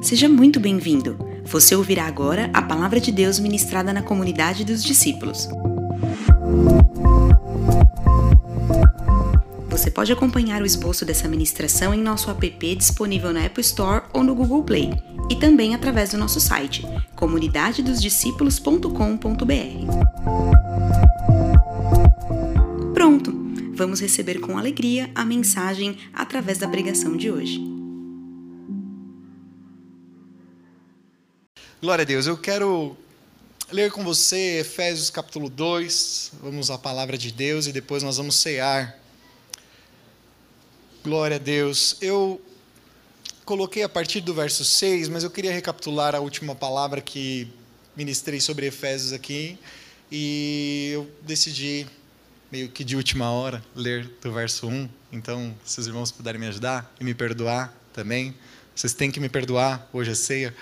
Seja muito bem-vindo. Você ouvirá agora a Palavra de Deus ministrada na comunidade dos discípulos. Você pode acompanhar o esboço dessa ministração em nosso app disponível na Apple Store ou no Google Play, e também através do nosso site, comunidadedosdiscípulos.com.br. Pronto! Vamos receber com alegria a mensagem através da pregação de hoje. Glória a Deus, eu quero ler com você Efésios capítulo 2, vamos à palavra de Deus e depois nós vamos cear. Glória a Deus, eu coloquei a partir do verso 6, mas eu queria recapitular a última palavra que ministrei sobre Efésios aqui, e eu decidi, meio que de última hora, ler do verso 1, então se os irmãos puderem me ajudar e me perdoar também, vocês têm que me perdoar, hoje é ceia.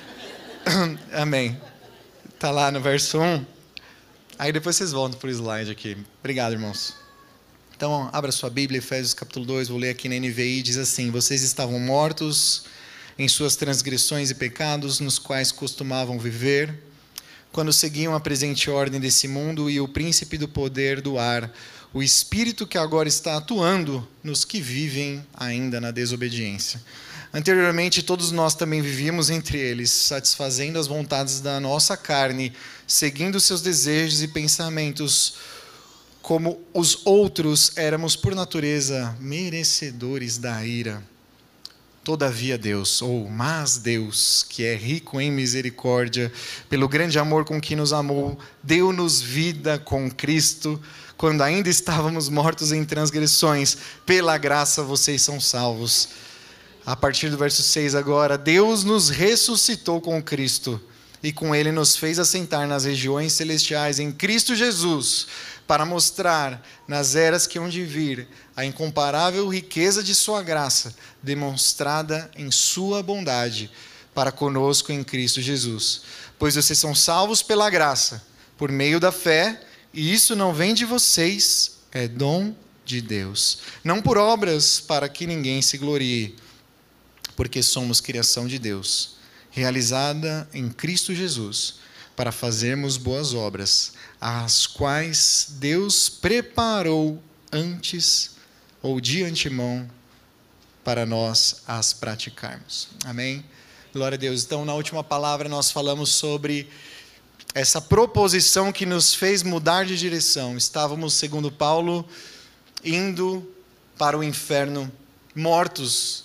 Amém. Está lá no verso 1. Aí depois vocês voltam para o slide aqui. Obrigado, irmãos. Então, abra sua Bíblia, Efésios capítulo 2, vou ler aqui na NVI, diz assim: Vocês estavam mortos em suas transgressões e pecados, nos quais costumavam viver, quando seguiam a presente ordem desse mundo e o príncipe do poder do ar, o espírito que agora está atuando nos que vivem ainda na desobediência. Anteriormente, todos nós também vivíamos entre eles, satisfazendo as vontades da nossa carne, seguindo seus desejos e pensamentos. Como os outros, éramos por natureza merecedores da ira. Todavia mas Deus, que é rico em misericórdia, pelo grande amor com que nos amou, deu-nos vida com Cristo, quando ainda estávamos mortos em transgressões. Pela graça vocês são salvos. A partir do verso 6 agora, Deus nos ressuscitou com Cristo e com Ele nos fez assentar nas regiões celestiais em Cristo Jesus, para mostrar nas eras que hão de vir a incomparável riqueza de sua graça, demonstrada em sua bondade para conosco em Cristo Jesus. Pois vocês são salvos pela graça, por meio da fé, e isso não vem de vocês, é dom de Deus. Não por obras, para que ninguém se glorie, porque somos criação de Deus, realizada em Cristo Jesus, para fazermos boas obras, as quais Deus preparou antes ou de antemão para nós as praticarmos. Amém? Glória a Deus. Então, na última palavra nós falamos sobre essa proposição que nos fez mudar de direção. Estávamos, segundo Paulo, indo para o inferno, mortos,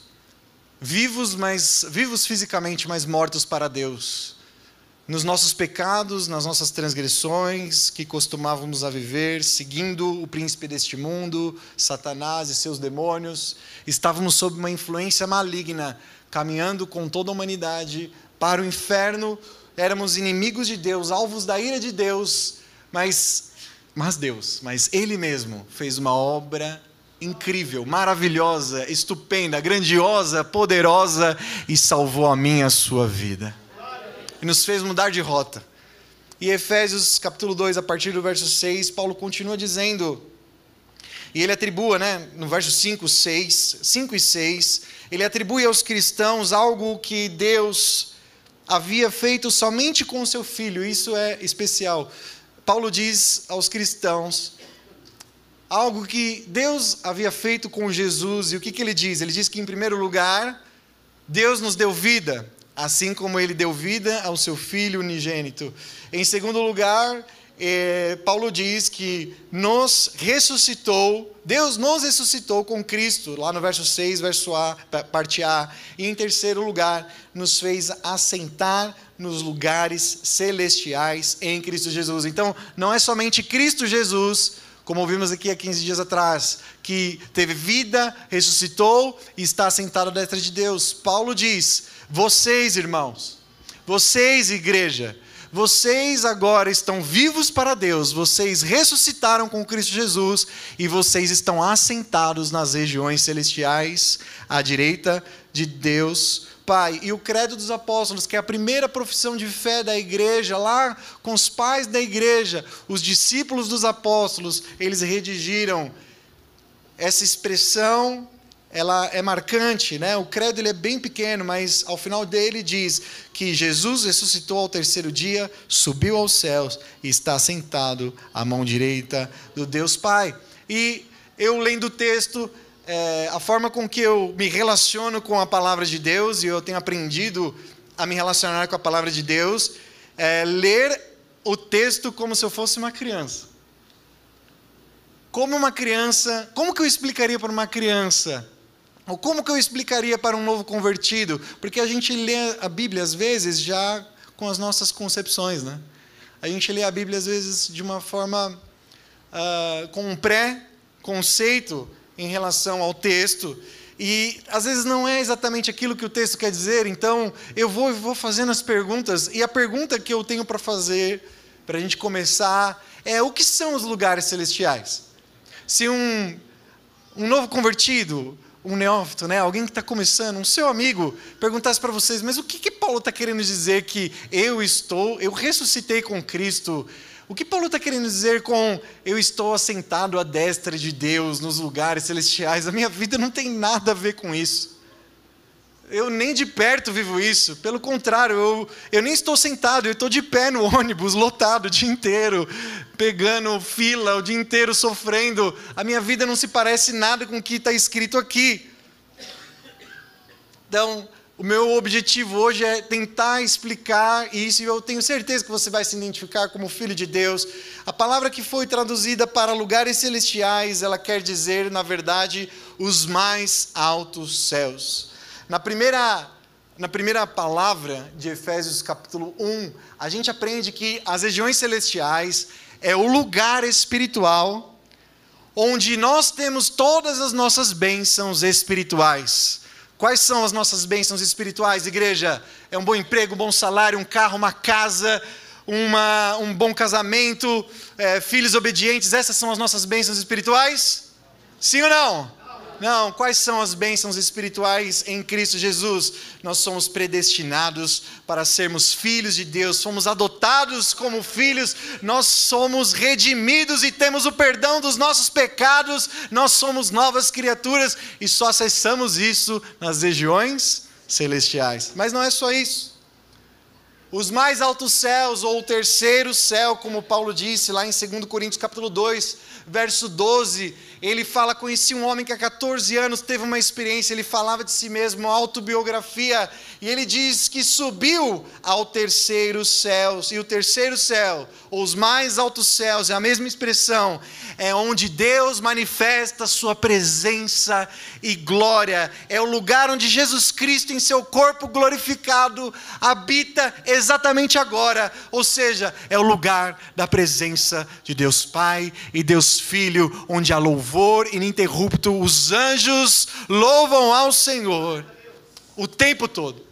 vivos fisicamente, mas mortos para Deus. Nos nossos pecados, nas nossas transgressões que costumávamos a viver, seguindo o príncipe deste mundo, Satanás e seus demônios, estávamos sob uma influência maligna, caminhando com toda a humanidade para o inferno. Éramos inimigos de Deus, alvos da ira de Deus, mas Ele mesmo fez uma obra incrível, maravilhosa, estupenda, grandiosa, poderosa, e salvou a minha e a sua vida. E nos fez mudar de rota. E Efésios capítulo 2, a partir do verso 6, Paulo continua dizendo, e ele atribua, no verso 5 e 6, ele atribui aos cristãos algo que Deus havia feito somente com o seu Filho. Isso é especial. Paulo diz aos cristãos algo que Deus havia feito com Jesus. E o que ele diz? Ele diz que, em primeiro lugar, Deus nos deu vida, assim como Ele deu vida ao seu Filho unigênito. Em segundo lugar, Paulo diz que Deus nos ressuscitou com Cristo, lá no verso 6, verso A, parte A. E em terceiro lugar, nos fez assentar nos lugares celestiais em Cristo Jesus. Então, não é somente Cristo Jesus, como ouvimos aqui há 15 dias atrás, que teve vida, ressuscitou e está assentado à destra de Deus. Paulo diz: vocês, irmãos, vocês, igreja, vocês agora estão vivos para Deus, vocês ressuscitaram com Cristo Jesus e vocês estão assentados nas regiões celestiais, à direita de Deus Pai. E o credo dos apóstolos, que é a primeira profissão de fé da igreja, lá com os pais da igreja, os discípulos dos apóstolos, eles redigiram essa expressão ela é marcante, né? O credo ele é bem pequeno, mas ao final dele diz que Jesus ressuscitou ao terceiro dia, subiu aos céus e está sentado à mão direita do Deus Pai. E eu lendo o texto, a forma com que eu me relaciono com a palavra de Deus, e eu tenho aprendido a me relacionar com a palavra de Deus, é ler o texto como se eu fosse uma criança. Como uma criança, como que eu explicaria para uma criança? Ou como que eu explicaria para um novo convertido? Porque a gente lê a Bíblia, às vezes, já com as nossas concepções, né? A gente lê a Bíblia, às vezes, de uma forma, com um pré-conceito em relação ao texto, e às vezes não é exatamente aquilo que o texto quer dizer. Então eu vou fazendo as perguntas, e a pergunta que eu tenho para fazer, para a gente começar, é: o que são os lugares celestiais? Se um novo convertido, um neófito, né, alguém que está começando, um seu amigo, perguntasse para vocês: mas o que Paulo está querendo dizer que eu ressuscitei com Cristo? O que Paulo está querendo dizer com eu estou assentado à destra de Deus nos lugares celestiais? A minha vida não tem nada a ver com isso. Eu nem de perto vivo isso. Pelo contrário, eu nem estou sentado, eu estou de pé no ônibus, lotado o dia inteiro, pegando fila o dia inteiro, sofrendo. A minha vida não se parece nada com o que está escrito aqui. Então, o meu objetivo hoje é tentar explicar isso, e eu tenho certeza que você vai se identificar como filho de Deus. A palavra que foi traduzida para lugares celestiais, ela quer dizer, na verdade, os mais altos céus. Na primeira palavra de Efésios capítulo 1, a gente aprende que as regiões celestiais é o lugar espiritual onde nós temos todas as nossas bênçãos espirituais. Quais são as nossas bênçãos espirituais, igreja? É um bom emprego, um bom salário, um carro, uma casa, um bom casamento, filhos obedientes. Essas são as nossas bênçãos espirituais? Sim ou não? Não. Quais são as bênçãos espirituais em Cristo Jesus? Nós somos predestinados para sermos filhos de Deus, somos adotados como filhos, nós somos redimidos e temos o perdão dos nossos pecados, nós somos novas criaturas e só acessamos isso nas regiões celestiais. Mas não é só isso. Os mais altos céus, ou o terceiro céu, como Paulo disse lá em 2 Coríntios capítulo 2, verso 12, ele fala: conheci um homem que há 14 anos teve uma experiência, ele falava de si mesmo, uma autobiografia, e ele diz que subiu ao terceiro céu, e o terceiro céu, ou os mais altos céus, é a mesma expressão, é onde Deus manifesta sua presença e glória, é o lugar onde Jesus Cristo em seu corpo glorificado habita exatamente agora, ou seja, é o lugar da presença de Deus Pai e Deus Filho, onde há louvor ininterrupto, os anjos louvam ao Senhor o tempo todo.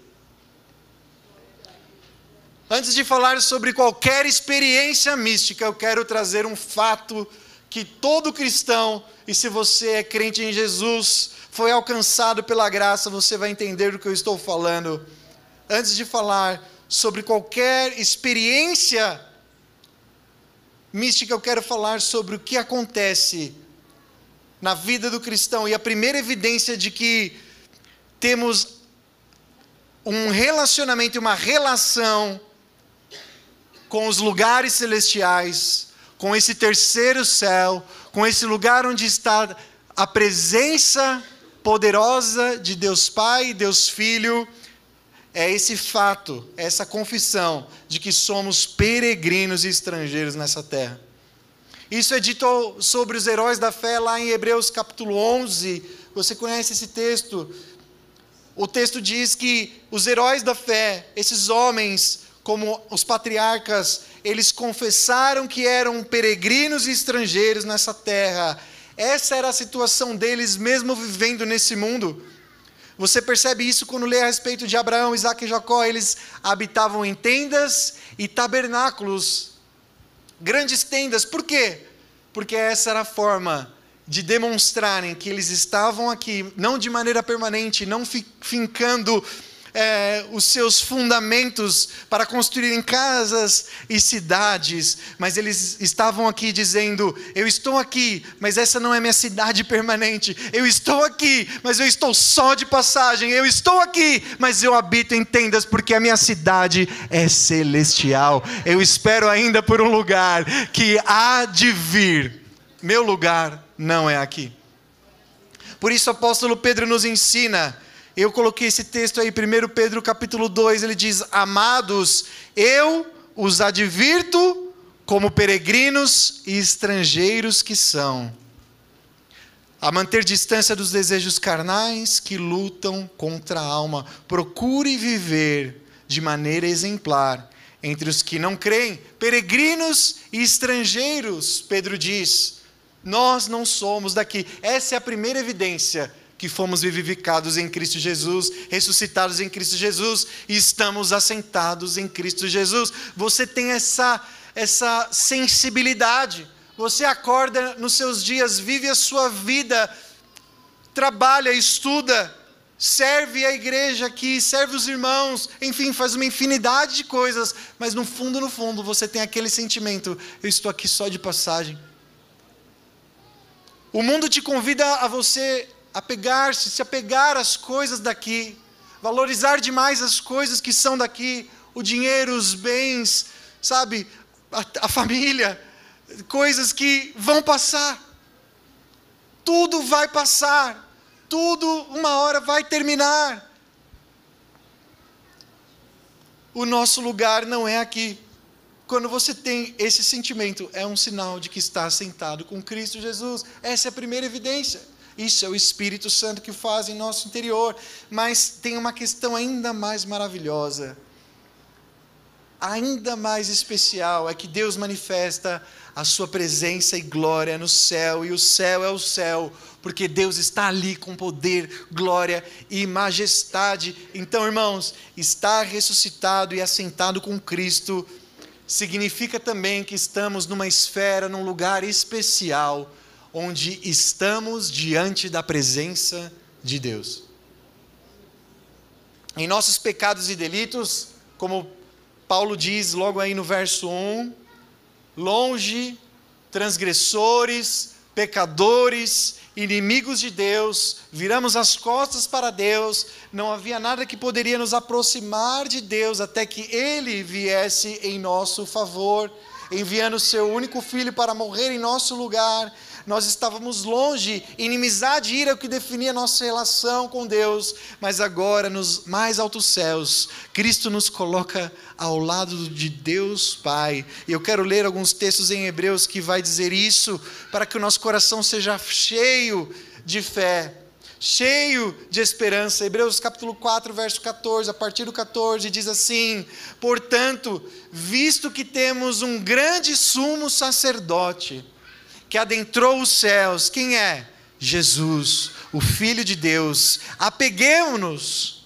Antes de falar sobre qualquer experiência mística, eu quero trazer um fato que todo cristão, e se você é crente em Jesus, foi alcançado pela graça, você vai entender do que eu estou falando. Antes de falar sobre qualquer experiência mística, eu quero falar sobre o que acontece na vida do cristão. E a primeira evidência de que temos um relacionamento, uma relação com os lugares celestiais, com esse terceiro céu, com esse lugar onde está a presença poderosa de Deus Pai e Deus Filho, é esse fato, essa confissão de que somos peregrinos e estrangeiros nessa terra. Isso é dito sobre os heróis da fé lá em Hebreus capítulo 11, você conhece esse texto. O texto diz que os heróis da fé, esses homens, como os patriarcas, eles confessaram que eram peregrinos e estrangeiros nessa terra. Essa era a situação deles mesmo vivendo nesse mundo. Você percebe isso quando lê a respeito de Abraão, Isaque e Jacó. Eles habitavam em tendas e tabernáculos, grandes tendas. Por quê? Porque essa era a forma de demonstrarem que eles estavam aqui, não de maneira permanente, não fincando os seus fundamentos para construírem casas e cidades, mas eles estavam aqui dizendo: eu estou aqui, mas essa não é minha cidade permanente. Eu estou aqui, mas eu estou só de passagem. Eu estou aqui, mas eu habito em tendas, porque a minha cidade é celestial. Eu espero ainda por um lugar que há de vir. Meu lugar não é aqui. Por isso o apóstolo Pedro nos ensina. Eu coloquei esse texto aí, 1 Pedro capítulo 2, ele diz: amados, eu os advirto como peregrinos e estrangeiros que são, a manter distância dos desejos carnais que lutam contra a alma. Procure viver de maneira exemplar entre os que não creem, peregrinos e estrangeiros. Pedro diz, nós não somos daqui. Essa é a primeira evidência que fomos vivificados em Cristo Jesus, ressuscitados em Cristo Jesus, e estamos assentados em Cristo Jesus. Você tem essa sensibilidade. Você acorda nos seus dias, vive a sua vida, trabalha, estuda, serve a igreja aqui, serve os irmãos, enfim, faz uma infinidade de coisas, mas no fundo, você tem aquele sentimento: eu estou aqui só de passagem. O mundo te convida a você se apegar às coisas daqui, valorizar demais as coisas que são daqui, o dinheiro, os bens, sabe, a família, coisas que vão passar. Tudo vai passar, tudo uma hora vai terminar. O nosso lugar não é aqui. Quando você tem esse sentimento, é um sinal de que está sentado com Cristo Jesus. Essa é a primeira evidência. Isso é o Espírito Santo que faz em nosso interior. Mas tem uma questão ainda mais maravilhosa, ainda mais especial, é que Deus manifesta a sua presença e glória no céu, e o céu é o céu, porque Deus está ali com poder, glória e majestade. Então, irmãos, estar ressuscitado e assentado com Cristo significa também que estamos numa esfera, num lugar especial, onde estamos diante da presença de Deus. Em nossos pecados e delitos, como Paulo diz logo aí no verso 1, longe, transgressores, pecadores, inimigos de Deus, viramos as costas para Deus, não havia nada que poderia nos aproximar de Deus até que Ele viesse em nosso favor, enviando o seu único Filho para morrer em nosso lugar. Nós estávamos longe, inimizade e ira, o que definia nossa relação com Deus, mas agora, nos mais altos céus, Cristo nos coloca ao lado de Deus Pai. E eu quero ler alguns textos em Hebreus que vai dizer isso, para que o nosso coração seja cheio de fé, cheio de esperança. Hebreus capítulo 4, verso 14, a partir do 14, diz assim: portanto, visto que temos um grande sumo sacerdote, que adentrou os céus, quem é? Jesus, o Filho de Deus. Apeguemo-nos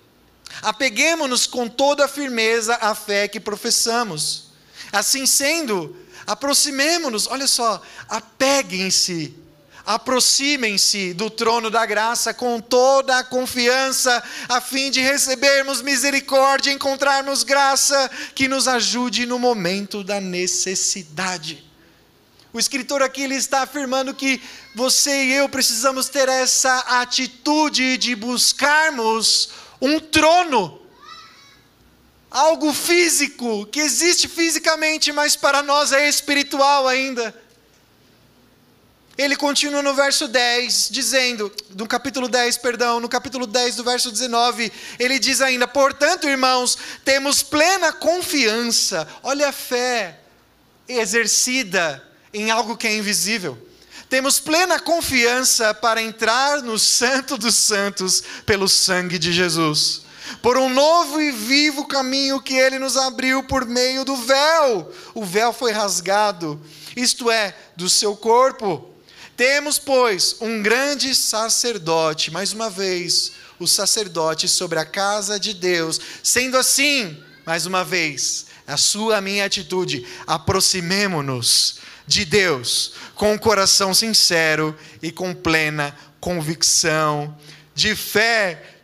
com toda a firmeza à fé que professamos. Assim sendo, aproximemo-nos, olha só, apeguem-se, aproximem-se do trono da graça com toda a confiança, a fim de recebermos misericórdia e encontrarmos graça que nos ajude no momento da necessidade. O escritor aqui ele está afirmando que você e eu precisamos ter essa atitude de buscarmos um trono, algo físico, que existe fisicamente, mas para nós é espiritual ainda. Ele continua no verso 10, dizendo, no capítulo 10 do verso 19, ele diz ainda: portanto, irmãos, temos plena confiança, olha a fé exercida em algo que é invisível. Temos plena confiança para entrar no Santo dos Santos pelo sangue de Jesus, por um novo e vivo caminho que Ele nos abriu por meio do véu. O véu foi rasgado, isto é, do seu corpo. Temos, pois, um grande sacerdote, mais uma vez, o sacerdote sobre a casa de Deus. Sendo assim, mais uma vez, a minha atitude, aproximemo-nos de Deus com um coração sincero e com plena convicção de fé,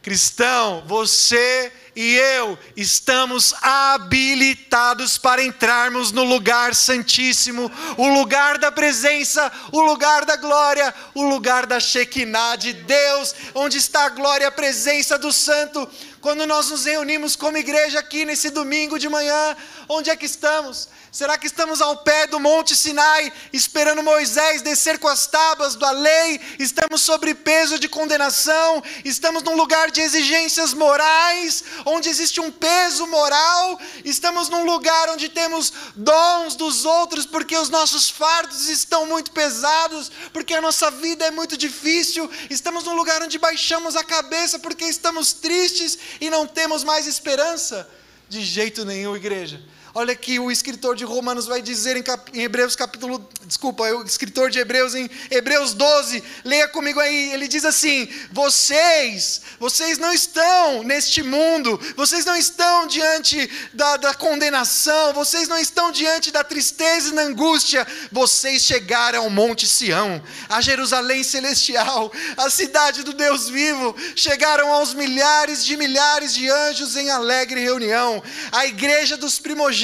cristão, você e eu estamos habilitados para entrarmos no lugar santíssimo, o lugar da presença, o lugar da glória, o lugar da Shekinah de Deus, onde está a glória e a presença do Santo. Quando nós nos reunimos como igreja aqui nesse domingo de manhã, onde é que estamos? Será que estamos ao pé do Monte Sinai, esperando Moisés descer com as tábuas da lei? Estamos sob peso de condenação? Estamos num lugar de exigências morais, onde existe um peso moral? Estamos num lugar onde temos dons dos outros, porque os nossos fardos estão muito pesados, porque a nossa vida é muito difícil? Estamos num lugar onde baixamos a cabeça, porque estamos tristes e não temos mais esperança? De jeito nenhum, igreja. Olha que o escritor de Romanos vai dizer o escritor de Hebreus em Hebreus 12, leia comigo aí, ele diz assim: vocês não estão neste mundo, vocês não estão diante da condenação, vocês não estão diante da tristeza e da angústia, vocês chegaram ao Monte Sião, a Jerusalém celestial, a cidade do Deus vivo, chegaram aos milhares de anjos em alegre reunião, a igreja dos primogênitos,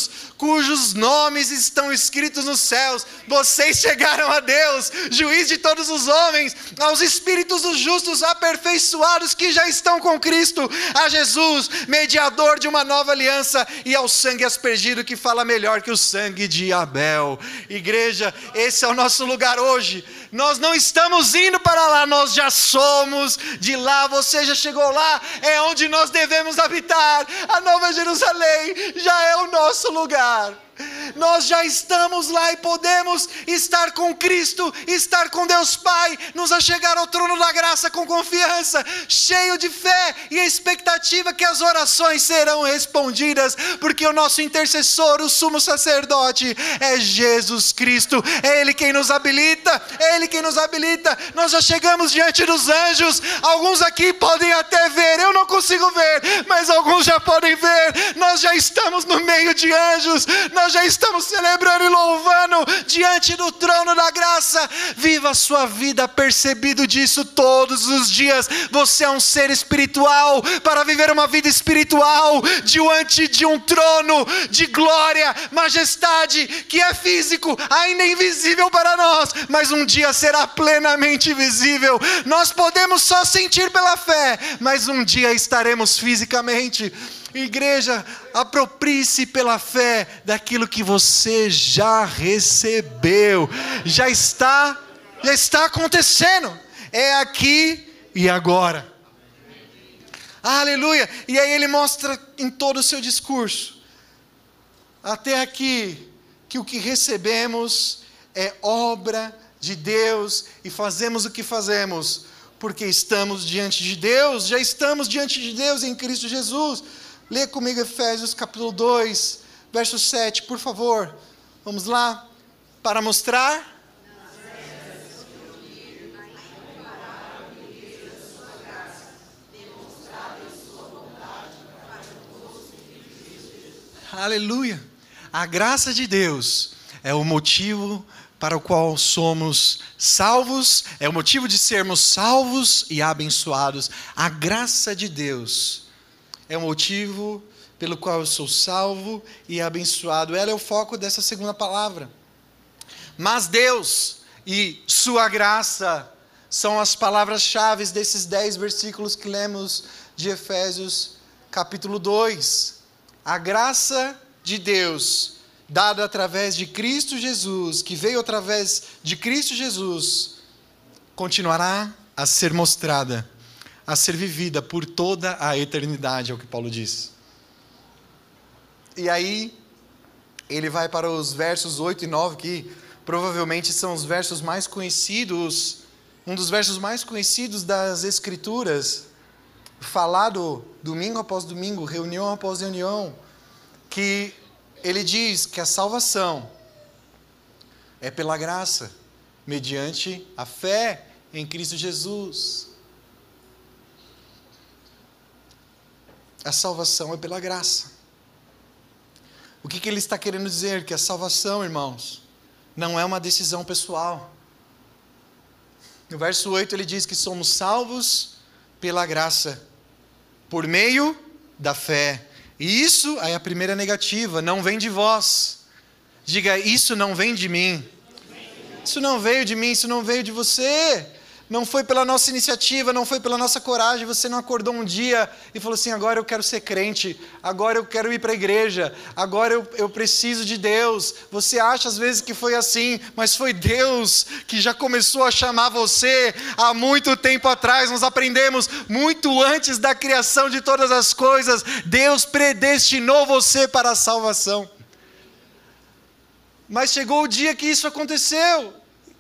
cujos nomes estão escritos nos céus. Vocês chegaram a Deus, juiz de todos os homens, aos espíritos dos justos aperfeiçoados que já estão com Cristo, a Jesus, mediador de uma nova aliança, e ao sangue aspergido que fala melhor que o sangue de Abel. Igreja, esse é o nosso lugar hoje. Nós não estamos indo para lá, nós já somos de lá. Você já chegou lá, é onde nós devemos habitar. A Nova Jerusalém já é o nosso lugar. Nós já estamos lá e podemos estar com Cristo, estar com Deus Pai, nos achegar ao trono da graça com confiança, cheio de fé e expectativa que as orações serão respondidas, porque o nosso intercessor, o sumo sacerdote, é Jesus Cristo. É Ele quem nos habilita, é Ele quem nos habilita. Nós já chegamos diante dos anjos. Alguns aqui podem até ver, eu não consigo ver, mas alguns já podem ver. Nós já estamos no meio de anjos, nós já estamos celebrando e louvando diante do trono da graça. Viva a sua vida percebido disso todos os dias. Você é um ser espiritual para viver uma vida espiritual diante de um trono de glória, majestade, que é físico, ainda invisível para nós, mas um dia será plenamente visível. Nós podemos só sentir pela fé, mas um dia estaremos fisicamente. Igreja, aproprie-se pela fé daquilo que você já recebeu. Já está acontecendo. É aqui e agora. Aleluia. E aí ele mostra em todo o seu discurso, até aqui, que o que recebemos é obra de Deus, e fazemos o que fazemos porque estamos diante de Deus. Já estamos diante de Deus em Cristo Jesus. Lê comigo Efésios capítulo 2, verso 7, por favor. Vamos lá. Para mostrar. Aleluia. A graça de Deus é o motivo para o qual somos salvos, é o motivo de sermos salvos e abençoados. A graça de Deus é o motivo pelo qual eu sou salvo e abençoado. Ela é o foco dessa segunda palavra. Mas Deus e sua graça são as palavras-chave desses 10 versículos que lemos de Efésios capítulo 2. A graça de Deus, dada através de Cristo Jesus, que veio através de Cristo Jesus, continuará a ser mostrada, a ser vivida por toda a eternidade, é o que Paulo diz. E aí, ele vai para os versos 8 e 9, que provavelmente são os versos mais conhecidos, um dos versos mais conhecidos das Escrituras, falado domingo após domingo, reunião após reunião, que ele diz que a salvação é pela graça, mediante a fé em Cristo Jesus. A salvação é pela graça. O que ele está querendo dizer? Que a salvação, irmãos, não é uma decisão pessoal. No verso 8 ele diz que somos salvos pela graça, por meio da fé. E isso, aí a primeira negativa, não vem de vós. Diga, isso não vem de mim. Isso não veio de mim, isso não veio de você. Não foi pela nossa iniciativa, não foi pela nossa coragem. Você não acordou um dia e falou assim, agora eu quero ser crente, agora eu quero ir para a igreja, agora eu preciso de Deus. Você acha às vezes que foi assim, mas foi Deus que já começou a chamar você há muito tempo atrás. Nós aprendemos muito antes da criação de todas as coisas. Deus predestinou você para a salvação. Mas chegou o dia que isso aconteceu.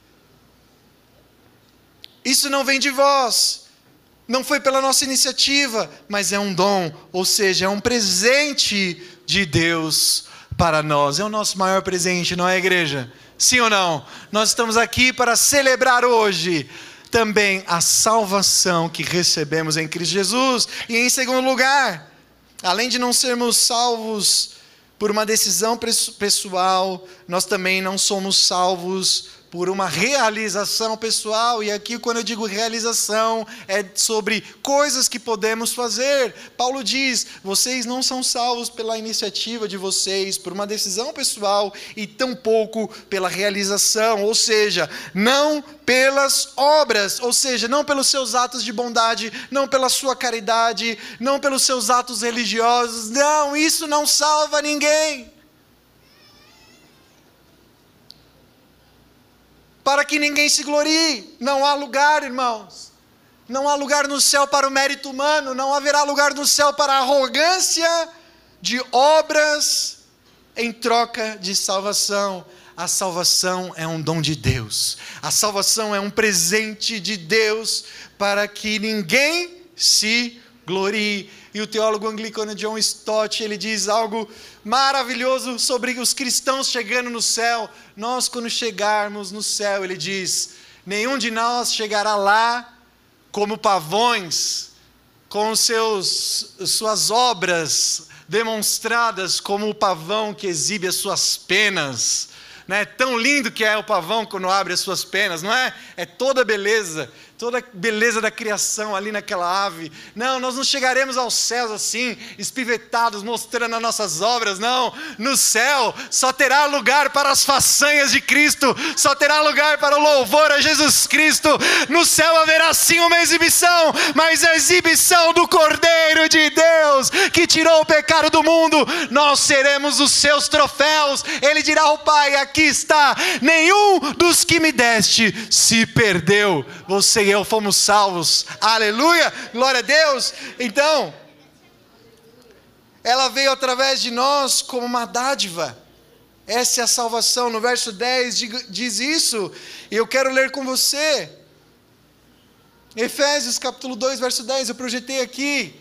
Isso não vem de vós, não foi pela nossa iniciativa, mas é um dom, ou seja, é um presente de Deus para nós. É o nosso maior presente, não é, igreja? Sim ou não? Nós estamos aqui para celebrar hoje também a salvação que recebemos em Cristo Jesus. E em segundo lugar, além de não sermos salvos por uma decisão pessoal, nós também não somos salvos por uma realização pessoal. E aqui, quando eu digo realização, é sobre coisas que podemos fazer. Paulo diz, vocês não são salvos pela iniciativa de vocês, por uma decisão pessoal, e tampouco pela realização, ou seja, não pelas obras, ou seja, não pelos seus atos de bondade, não pela sua caridade, não pelos seus atos religiosos. Não, isso não salva ninguém. Para que ninguém se glorie. Não há lugar, irmãos. Não há lugar no céu para o mérito humano. Não haverá lugar no céu para a arrogância de obras em troca de salvação. A salvação é um dom de Deus. A salvação é um presente de Deus para que ninguém se glorie. E o teólogo anglicano John Stott, ele diz algo maravilhoso sobre os cristãos chegando no céu. Nós, quando chegarmos no céu, ele diz, nenhum de nós chegará lá como pavões, com suas obras demonstradas como o pavão que exibe as suas penas. Não é tão lindo que é o pavão quando abre as suas penas, não é? É toda beleza da criação ali naquela ave. Não, nós não chegaremos aos céus assim, espivetados, mostrando as nossas obras, não. No céu só terá lugar para as façanhas de Cristo, só terá lugar para o louvor a Jesus Cristo. No céu haverá sim uma exibição, mas a exibição do Cordeiro de Deus, que tirou o pecado do mundo. Nós seremos os seus troféus. Ele dirá ao Pai, aqui está, nenhum dos que me deste se perdeu. Você e eu fomos salvos, aleluia, glória a Deus. Então, ela veio através de nós como uma dádiva. Essa é a salvação. No verso 10 diz isso, e eu quero ler com você. Efésios capítulo 2, verso 10, eu projetei aqui.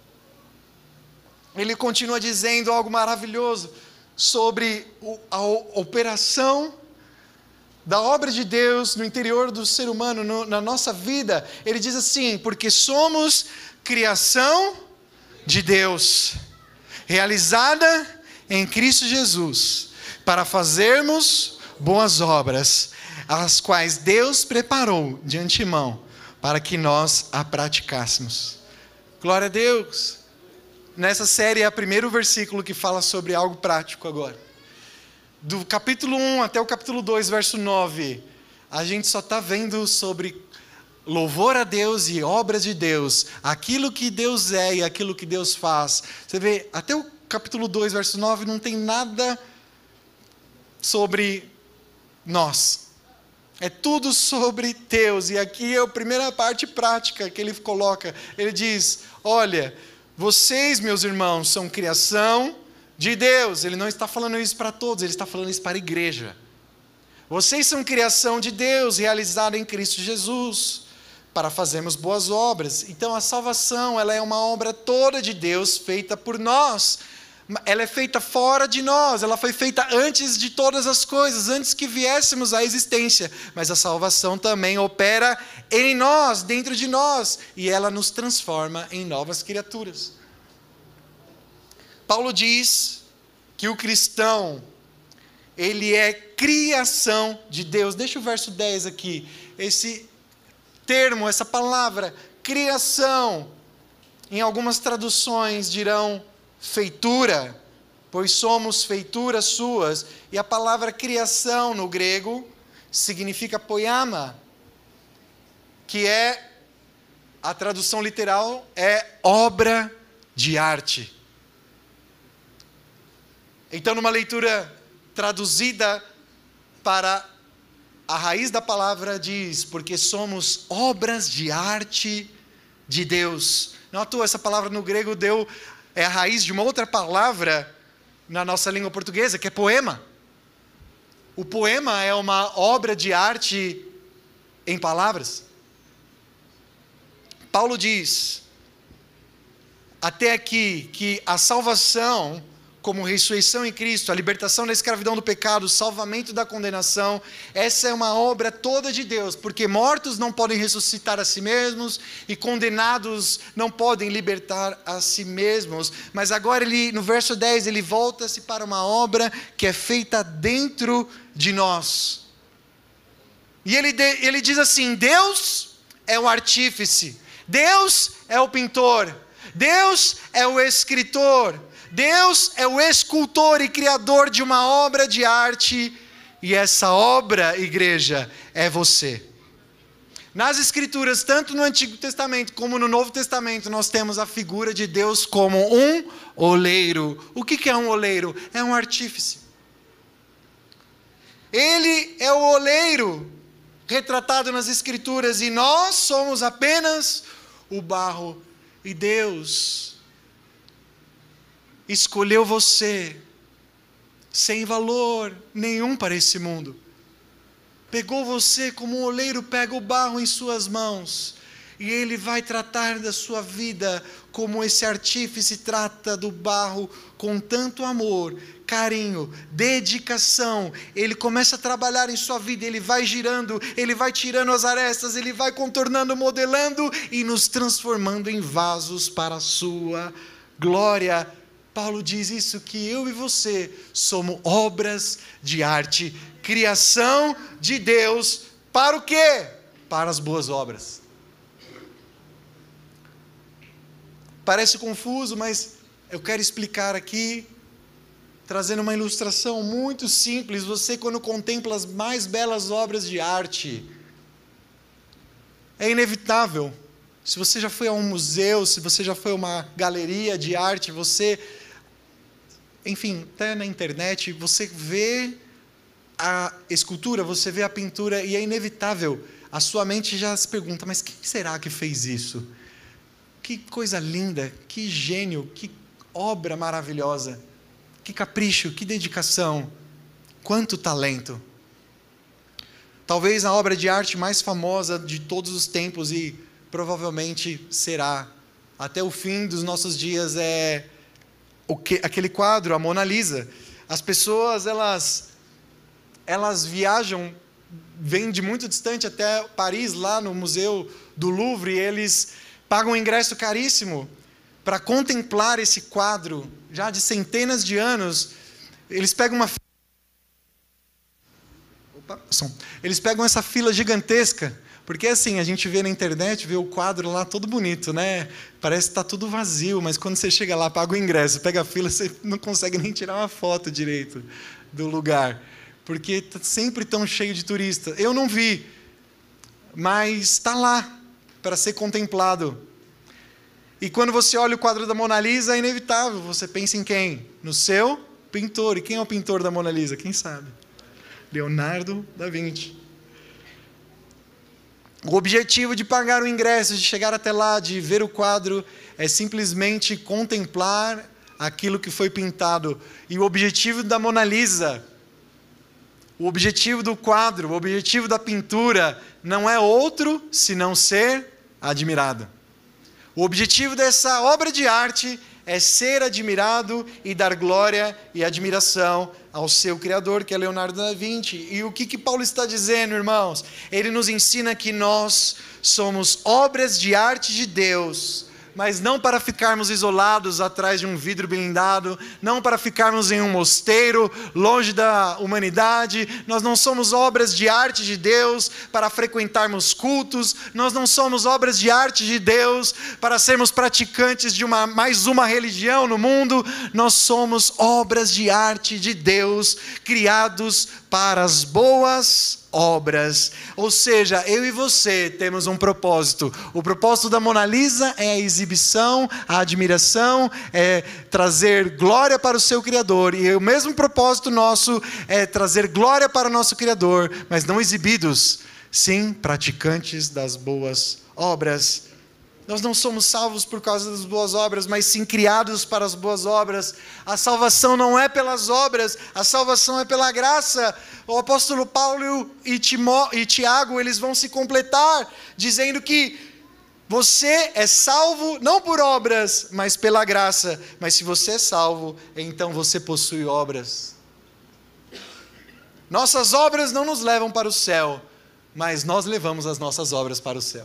Ele continua dizendo algo maravilhoso sobre a operação da obra de Deus no interior do ser humano, na nossa vida. Ele diz assim, porque somos criação de Deus, realizada em Cristo Jesus, para fazermos boas obras, as quais Deus preparou de antemão, para que nós a praticássemos. Glória a Deus. Nessa série é o primeiro versículo que fala sobre algo prático agora. Do capítulo 1 até o capítulo 2, verso 9, a gente só está vendo sobre louvor a Deus e obras de Deus, aquilo que Deus é e aquilo que Deus faz. Você vê, até o capítulo 2, verso 9, não tem nada sobre nós. É tudo sobre Deus. E aqui é a primeira parte prática que ele coloca. Ele diz, olha, vocês, meus irmãos, são criação de Deus. Ele não está falando isso para todos, ele está falando isso para a igreja. Vocês são criação de Deus, realizada em Cristo Jesus, para fazermos boas obras. Então a salvação, ela é uma obra toda de Deus, feita por nós. Ela é feita fora de nós, ela foi feita antes de todas as coisas, antes que viéssemos à existência. Mas a salvação também opera em nós, dentro de nós, e ela nos transforma em novas criaturas. Paulo diz que o cristão, ele é criação de Deus. Deixa o verso 10 aqui. Esse termo, essa palavra, criação. Em algumas traduções dirão feitura, pois somos feituras suas. E a palavra criação no grego significa poiama, que é, a tradução literal é obra de arte. Então, numa leitura traduzida para a raiz da palavra diz, porque somos obras de arte de Deus. Não à toa, essa palavra no grego é a raiz de uma outra palavra na nossa língua portuguesa, que é poema. O poema é uma obra de arte em palavras. Paulo diz, até aqui, que a salvação, como ressurreição em Cristo, a libertação da escravidão do pecado, o salvamento da condenação, essa é uma obra toda de Deus, porque mortos não podem ressuscitar a si mesmos e condenados não podem libertar a si mesmos. Mas agora no verso 10, ele volta-se para uma obra que é feita dentro de nós. E ele diz assim, Deus é o artífice, Deus é o pintor, Deus é o escritor, Deus é o escultor e criador de uma obra de arte, e essa obra, igreja, é você. Nas Escrituras, tanto no Antigo Testamento como no Novo Testamento, nós temos a figura de Deus como um oleiro. O que é um oleiro? É um artífice. Ele é o oleiro retratado nas Escrituras, e nós somos apenas o barro, e Deus escolheu você, sem valor nenhum para esse mundo. Pegou você como um oleiro pega o barro em suas mãos, e Ele vai tratar da sua vida como esse artífice trata do barro, com tanto amor, carinho, dedicação. Ele começa a trabalhar em sua vida, Ele vai girando, Ele vai tirando as arestas, Ele vai contornando, modelando e nos transformando em vasos para a sua glória. Paulo diz isso, que eu e você somos obras de arte, criação de Deus, para o quê? Para as boas obras. Parece confuso, mas eu quero explicar aqui, trazendo uma ilustração muito simples. Você, quando contempla as mais belas obras de arte, é inevitável. Se você já foi a um museu, se você já foi a uma galeria de arte, enfim, até na internet, você vê a escultura, você vê a pintura, e é inevitável. A sua mente já se pergunta, mas quem será que fez isso? Que coisa linda, que gênio, que obra maravilhosa, que capricho, que dedicação, quanto talento. Talvez a obra de arte mais famosa de todos os tempos, e provavelmente será, até o fim dos nossos dias, é aquele quadro, a Mona Lisa. As pessoas, elas viajam, vêm de muito distante até Paris, lá no Museu do Louvre, e eles pagam um ingresso caríssimo para contemplar esse quadro, já de centenas de anos. Eles pegam Eles pegam essa fila gigantesca, porque assim, a gente vê na internet, vê o quadro lá todo bonito, né? Parece que está tudo vazio, mas quando você chega lá, paga o ingresso, pega a fila, você não consegue nem tirar uma foto direito do lugar, porque está sempre tão cheio de turista. Eu não vi, mas está lá para ser contemplado. E quando você olha o quadro da Mona Lisa, é inevitável, você pensa em quem? No seu pintor. E quem é o pintor da Mona Lisa? Quem sabe? Leonardo da Vinci. O objetivo de pagar o ingresso, de chegar até lá, de ver o quadro, é simplesmente contemplar aquilo que foi pintado. E o objetivo da Mona Lisa, o objetivo do quadro, o objetivo da pintura, não é outro senão ser admirado. O objetivo dessa obra de arte é ser admirado e dar glória e admiração ao seu Criador, que é Leonardo da Vinci. E o que Paulo está dizendo, irmãos? Ele nos ensina que nós somos obras de arte de Deus, mas não para ficarmos isolados atrás de um vidro blindado, não para ficarmos em um mosteiro, longe da humanidade. Nós não somos obras de arte de Deus para frequentarmos cultos, nós não somos obras de arte de Deus para sermos praticantes de mais uma religião no mundo. Nós somos obras de arte de Deus, criados para as boas obras. Ou seja, eu e você temos um propósito. O propósito da Mona Lisa é a exibição, a admiração, é trazer glória para o seu Criador. E o mesmo propósito nosso é trazer glória para o nosso Criador, mas não exibidos, sim praticantes das boas obras. Nós não somos salvos por causa das boas obras, mas sim criados para as boas obras. A salvação não é pelas obras, a salvação é pela graça. O apóstolo Paulo e Tiago, eles vão se completar, dizendo que você é salvo não por obras, mas pela graça. Mas se você é salvo, então você possui obras. Nossas obras não nos levam para o céu, mas nós levamos as nossas obras para o céu.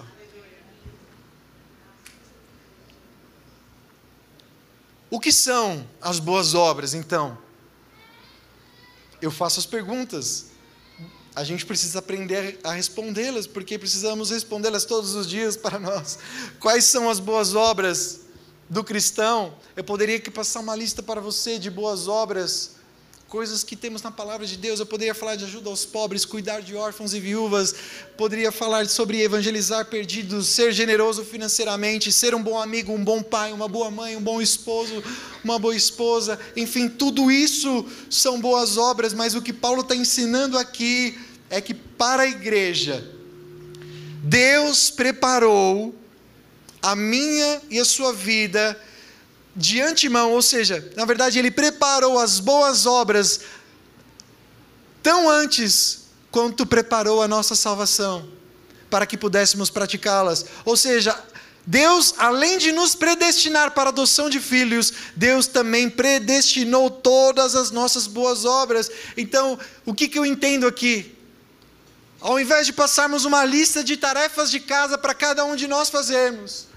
O que são as boas obras, então? Eu faço as perguntas. A gente precisa aprender a respondê-las, porque precisamos respondê-las todos os dias para nós. Quais são as boas obras do cristão? Eu poderia aqui passar uma lista para você de boas obras, coisas que temos na palavra de Deus. Eu poderia falar de ajuda aos pobres, cuidar de órfãos e viúvas, poderia falar sobre evangelizar perdidos, ser generoso financeiramente, ser um bom amigo, um bom pai, uma boa mãe, um bom esposo, uma boa esposa. Enfim, tudo isso são boas obras, mas o que Paulo está ensinando aqui é que para a igreja, Deus preparou a minha e a sua vida de antemão, ou seja, na verdade Ele preparou as boas obras tão antes quanto preparou a nossa salvação, para que pudéssemos praticá-las. Ou seja, Deus, além de nos predestinar para a adoção de filhos, Deus também predestinou todas as nossas boas obras. Então, o que eu entendo aqui? Ao invés de passarmos uma lista de tarefas de casa para cada um de nós fazermos,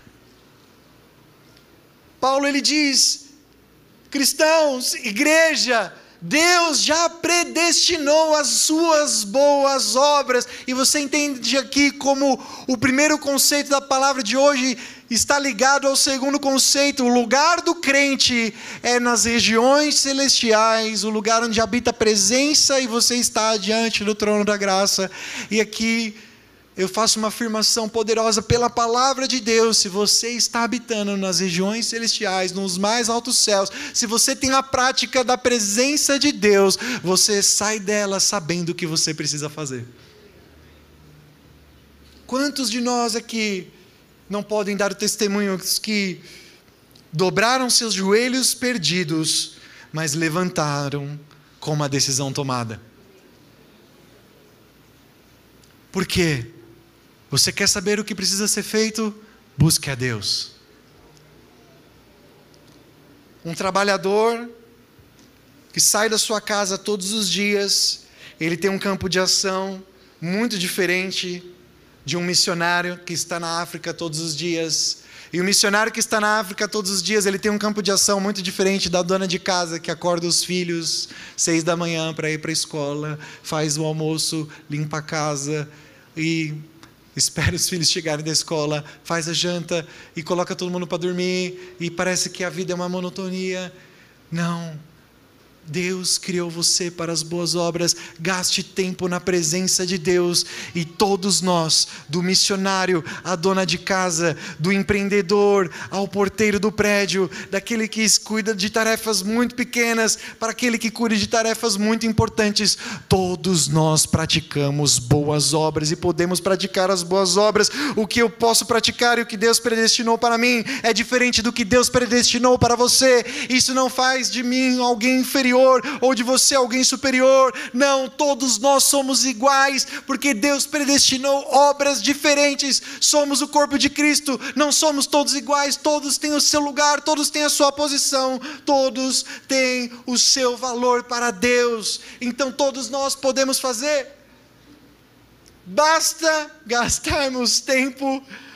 Paulo ele diz: cristãos, igreja, Deus já predestinou as suas boas obras. E você entende aqui como o primeiro conceito da palavra de hoje está ligado ao segundo conceito. O lugar do crente é nas regiões celestiais, o lugar onde habita a presença e você está diante do trono da graça. E aqui eu faço uma afirmação poderosa pela palavra de Deus: se você está habitando nas regiões celestiais, nos mais altos céus, se você tem a prática da presença de Deus, você sai dela sabendo o que você precisa fazer. Quantos de nós aqui não podem dar o testemunho que dobraram seus joelhos perdidos, mas levantaram com uma decisão tomada? Por quê? Você quer saber o que precisa ser feito? Busque a Deus. Um trabalhador que sai da sua casa todos os dias, ele tem um campo de ação muito diferente de um missionário que está na África todos os dias. E o missionário que está na África todos os dias, ele tem um campo de ação muito diferente da dona de casa que acorda os filhos 6 da manhã para ir para a escola, faz o almoço, limpa a casa e espera os filhos chegarem da escola, faz a janta e coloca todo mundo para dormir, e parece que a vida é uma monotonia. Não. Deus criou você para as boas obras. Gaste tempo na presença de Deus. E todos nós, do missionário à dona de casa, do empreendedor ao porteiro do prédio, daquele que cuida de tarefas muito pequenas para aquele que cuida de tarefas muito importantes, todos nós praticamos boas obras e podemos praticar as boas obras. O que eu posso praticar e o que Deus predestinou para mim é diferente do que Deus predestinou para você. Isso não faz de mim alguém inferior ou de você alguém superior. Não, todos nós somos iguais, porque Deus predestinou obras diferentes. Somos o corpo de Cristo, não somos todos iguais, todos têm o seu lugar, todos têm a sua posição, todos têm o seu valor para Deus. Então todos nós podemos fazer. Basta gastarmos tempo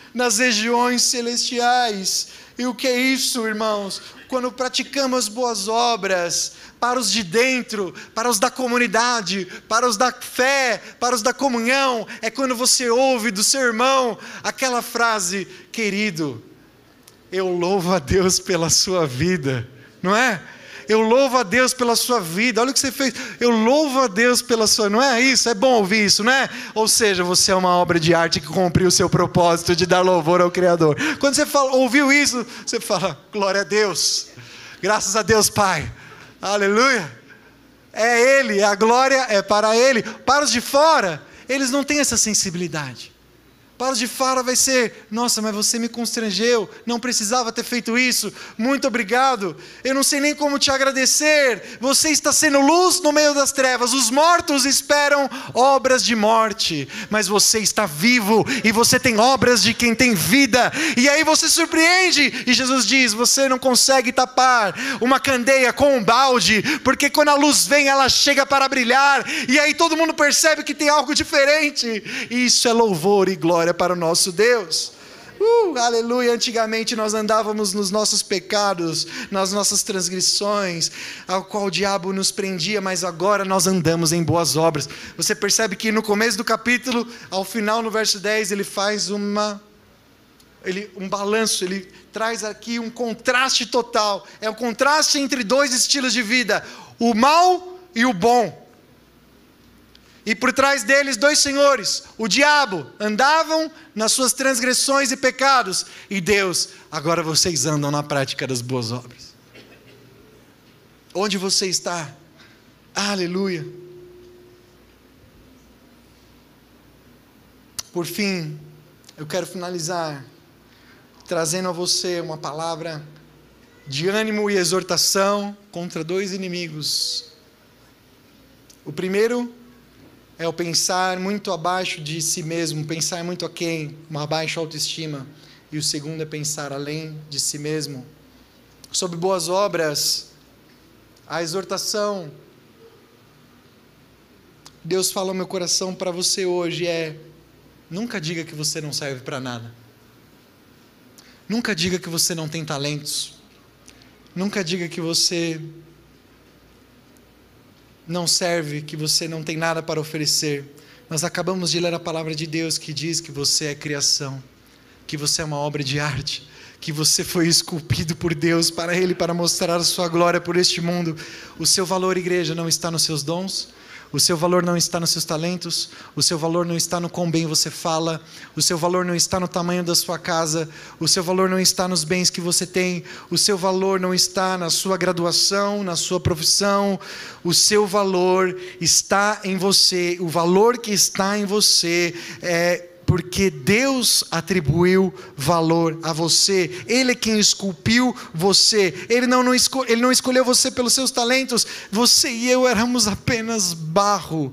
nas regiões celestiais. E o que é isso, irmãos? Quando praticamos boas obras para os de dentro, para os da comunidade, para os da fé, para os da comunhão, é quando você ouve do seu irmão aquela frase: querido, eu louvo a Deus pela sua vida, não é? Eu louvo a Deus pela sua vida, olha o que você fez, eu louvo a Deus pela sua, não é isso? É bom ouvir isso, não é? Ou seja, você é uma obra de arte que cumpriu o seu propósito de dar louvor ao Criador. Quando você ouviu isso, você fala: glória a Deus, graças a Deus Pai, aleluia. É Ele, a glória é para Ele. Para os de fora, eles não têm essa sensibilidade. Para os de fora vai ser: nossa, mas você me constrangeu, não precisava ter feito isso, muito obrigado, eu não sei nem como te agradecer, você está sendo luz no meio das trevas, os mortos esperam obras de morte, mas você está vivo, e você tem obras de quem tem vida, e aí você surpreende, e Jesus diz: você não consegue tapar uma candeia com um balde, porque quando a luz vem, ela chega para brilhar, e aí todo mundo percebe que tem algo diferente, e isso é louvor e glória para o nosso Deus. Aleluia. Antigamente nós andávamos nos nossos pecados, nas nossas transgressões, ao qual o diabo nos prendia, mas agora nós andamos em boas obras. Você percebe que no começo do capítulo, ao final no verso 10, ele faz um balanço, ele traz aqui um contraste total, é um contraste entre dois estilos de vida, o mal e o bom. E por trás deles dois senhores, o diabo, andavam nas suas transgressões e pecados, e Deus: agora vocês andam na prática das boas obras. Onde você está? Aleluia. Por fim, eu quero finalizar trazendo a você uma palavra de ânimo e exortação contra dois inimigos. O primeiro é o pensar muito abaixo de si mesmo, pensar muito aquém, uma baixa autoestima. E o segundo é pensar além de si mesmo. Sobre boas obras, a exortação, Deus fala ao meu coração para você hoje é: nunca diga que você não serve para nada. Nunca diga que você não tem talentos. Nunca diga que você não serve, que você não tem nada para oferecer. Nós acabamos de ler a palavra de Deus que diz que você é criação, que você é uma obra de arte, que você foi esculpido por Deus para Ele, para mostrar a sua glória por este mundo. O seu valor, igreja, não está nos seus dons, o seu valor não está nos seus talentos, o seu valor não está no quão bem você fala, o seu valor não está no tamanho da sua casa, o seu valor não está nos bens que você tem, o seu valor não está na sua graduação, na sua profissão, o seu valor está em você. O valor que está em você é porque Deus atribuiu valor a você. Ele é quem esculpiu você. Ele não escolheu você pelos seus talentos. Você e eu éramos apenas barro.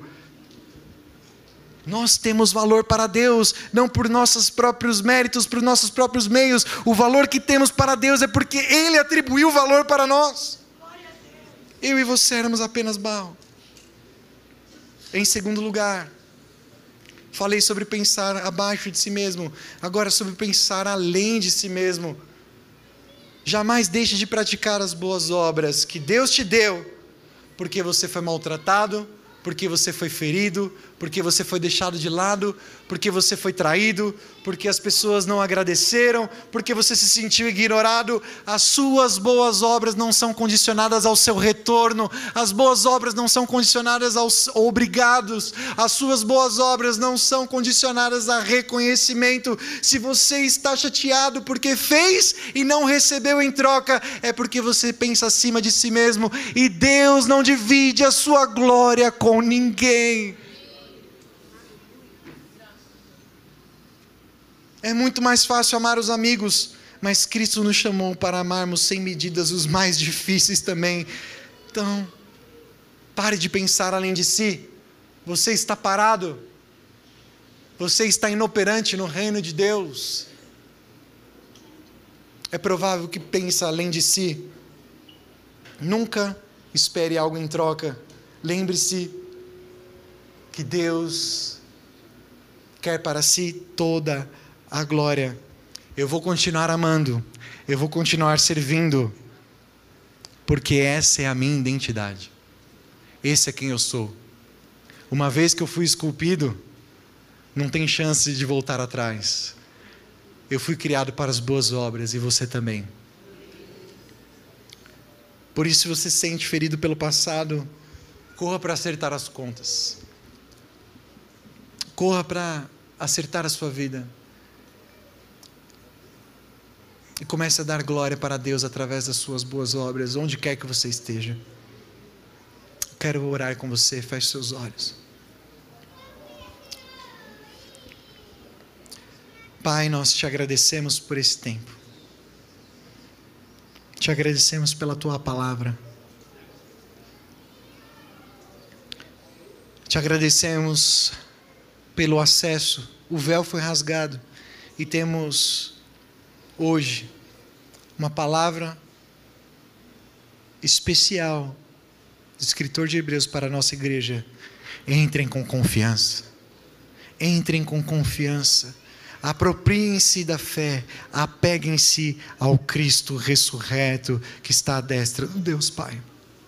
Nós temos valor para Deus, não por nossos próprios méritos, por nossos próprios meios. O valor que temos para Deus é porque Ele atribuiu valor para nós. Eu e você éramos apenas barro. Em segundo lugar, falei sobre pensar abaixo de si mesmo, agora sobre pensar além de si mesmo. Jamais deixe de praticar as boas obras que Deus te deu, porque você foi maltratado, porque você foi ferido, porque você foi deixado de lado, porque você foi traído, porque as pessoas não agradeceram, porque você se sentiu ignorado. As suas boas obras não são condicionadas ao seu retorno, as boas obras não são condicionadas aos obrigados, as suas boas obras não são condicionadas a reconhecimento. Se você está chateado porque fez e não recebeu em troca, é porque você pensa acima de si mesmo, e Deus não divide a sua glória com ninguém. É muito mais fácil amar os amigos, mas Cristo nos chamou para amarmos sem medidas os mais difíceis também. Então, pare de pensar além de si. Você está parado. Você está inoperante no reino de Deus. É provável que pense além de si. Nunca espere algo em troca. Lembre-se que Deus quer para si toda a glória. Eu vou continuar amando. Eu vou continuar servindo. Porque essa é a minha identidade. Esse é quem eu sou. Uma vez que eu fui esculpido, não tem chance de voltar atrás. Eu fui criado para as boas obras e você também. Por isso, se você se sente ferido pelo passado, corra para acertar as contas. Corra para acertar a sua vida. E comece a dar glória para Deus através das suas boas obras, onde quer que você esteja. Quero orar com você, feche seus olhos. Pai, nós te agradecemos por esse tempo. Te agradecemos pela tua palavra. Te agradecemos pelo acesso. O véu foi rasgado e temos hoje uma palavra especial do escritor de Hebreus para a nossa igreja. Entrem com confiança. Entrem com confiança. Apropriem-se da fé, apeguem-se ao Cristo ressurreto que está à destra do Deus Pai.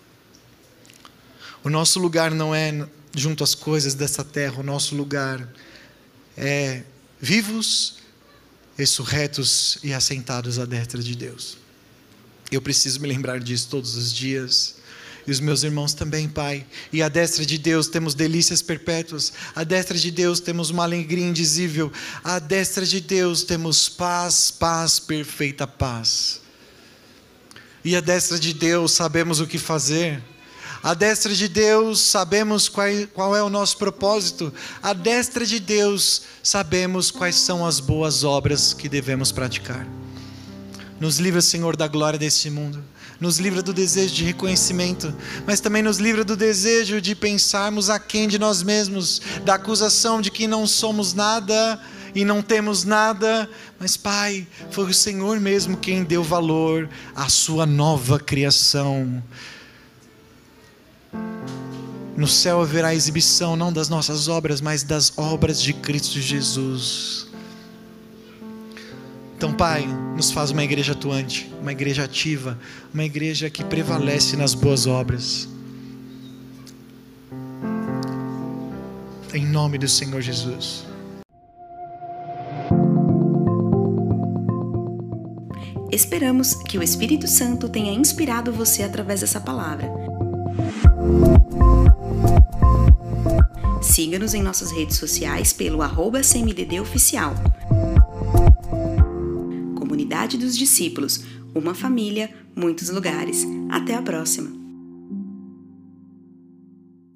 O nosso lugar não é junto às coisas dessa terra, o nosso lugar é vivos, ressurretos e assentados à destra de Deus. Eu preciso me lembrar disso todos os dias. E os meus irmãos também, Pai. E à destra de Deus temos delícias perpétuas. À destra de Deus temos uma alegria indizível. À destra de Deus temos paz, paz, perfeita paz. E à destra de Deus sabemos o que fazer. À destra de Deus sabemos qual é o nosso propósito. À destra de Deus sabemos quais são as boas obras que devemos praticar. Nos livra, Senhor, da glória desse mundo. Nos livra do desejo de reconhecimento, mas também nos livra do desejo de pensarmos aquém de nós mesmos, da acusação de que não somos nada e não temos nada. Mas, Pai, foi o Senhor mesmo quem deu valor à sua nova criação. No céu haverá exibição não das nossas obras, mas das obras de Cristo Jesus. Então, Pai, nos faz uma igreja atuante, uma igreja ativa, uma igreja que prevalece nas boas obras. Em nome do Senhor Jesus. Esperamos que o Espírito Santo tenha inspirado você através dessa palavra. Siga-nos em nossas redes sociais pelo @CMDDoficial. Comunidade dos Discípulos, uma família, muitos lugares. Até a próxima!